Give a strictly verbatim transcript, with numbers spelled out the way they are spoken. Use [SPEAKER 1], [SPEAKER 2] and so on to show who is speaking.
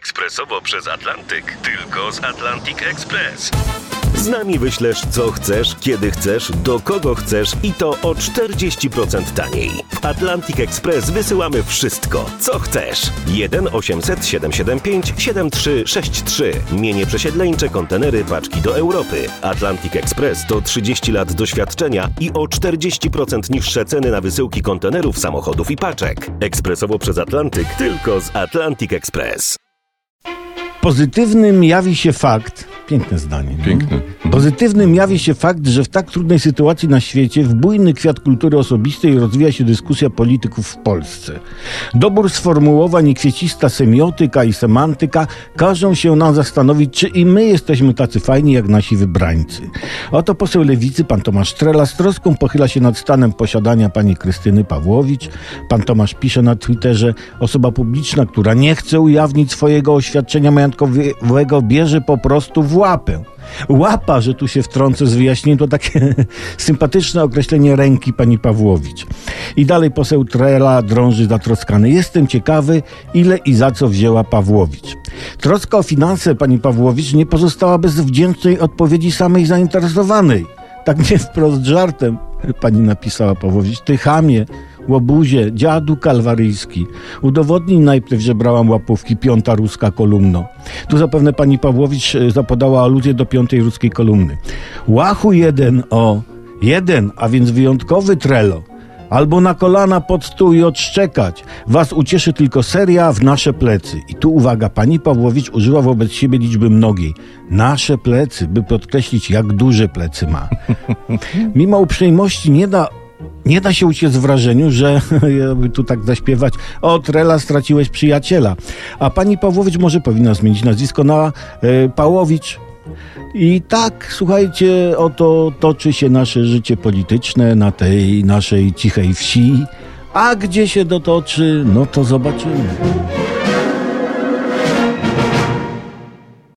[SPEAKER 1] Ekspresowo przez Atlantyk. Tylko z Atlantic Express. Z nami wyślesz co chcesz, kiedy chcesz, do kogo chcesz i to o czterdzieści procent taniej. W Atlantic Express wysyłamy wszystko, co chcesz. jeden osiemset siedemset siedemdziesiąt pięć siedemdziesiąt trzy sześćdziesiąt trzy. Mienie przesiedleńcze, kontenery, paczki do Europy. Atlantic Express to trzydzieści lat doświadczenia i o czterdzieści procent niższe ceny na wysyłki kontenerów, samochodów i paczek. Ekspresowo przez Atlantyk, tylko z Atlantic Express.
[SPEAKER 2] Pozytywnym jawi się fakt, piękne zdanie.
[SPEAKER 3] Piękne.
[SPEAKER 2] No? Pozytywnym jawi się fakt, że w tak trudnej sytuacji na świecie w bujny kwiat kultury osobistej rozwija się dyskusja polityków w Polsce. Dobór sformułowań i kwiecista semiotyka i semantyka każą się nam zastanowić, czy i my jesteśmy tacy fajni jak nasi wybrańcy. Oto poseł Lewicy, pan Tomasz Trela, z troską pochyla się nad stanem posiadania pani Krystyny Pawłowicz. Pan Tomasz pisze na Twitterze: osoba publiczna, która nie chce ujawnić swojego oświadczenia majątkowego, bierze po prostu w łapę. Łapa, że tu się wtrącę z wyjaśnieniem, to takie sympatyczne określenie ręki pani Pawłowicz. I dalej poseł Trela drąży zatroskany: jestem ciekawy, ile i za co wzięła Pawłowicz. Troska o finanse pani Pawłowicz nie pozostała bez wdzięcznej odpowiedzi samej zainteresowanej. Tak nie wprost żartem pani napisała Pawłowicz: ty chamie, łobuzie, dziadu kalwaryjski. Udowodnij najpierw, że brałam łapówki, piąta ruska kolumno. Tu zapewne pani Pawłowicz zapodała aluzję do piątej ruskiej kolumny. Łachu jeden, o, jeden, a więc wyjątkowy Trelo. Albo na kolana pod stół i odszczekać. Was ucieszy tylko seria w nasze plecy. I tu uwaga, pani Pawłowicz użyła wobec siebie liczby mnogiej. Nasze plecy, by podkreślić, jak duże plecy ma. Mimo uprzejmości nie da Nie da się uciec wrażeniu, że jakby tu tak zaśpiewać: o, Trela, straciłeś przyjaciela. A pani Pawłowicz może powinna zmienić nazwisko na e, Pałowicz. I tak, słuchajcie, oto toczy się nasze życie polityczne na tej naszej cichej wsi. A gdzie się dotoczy, no to zobaczymy.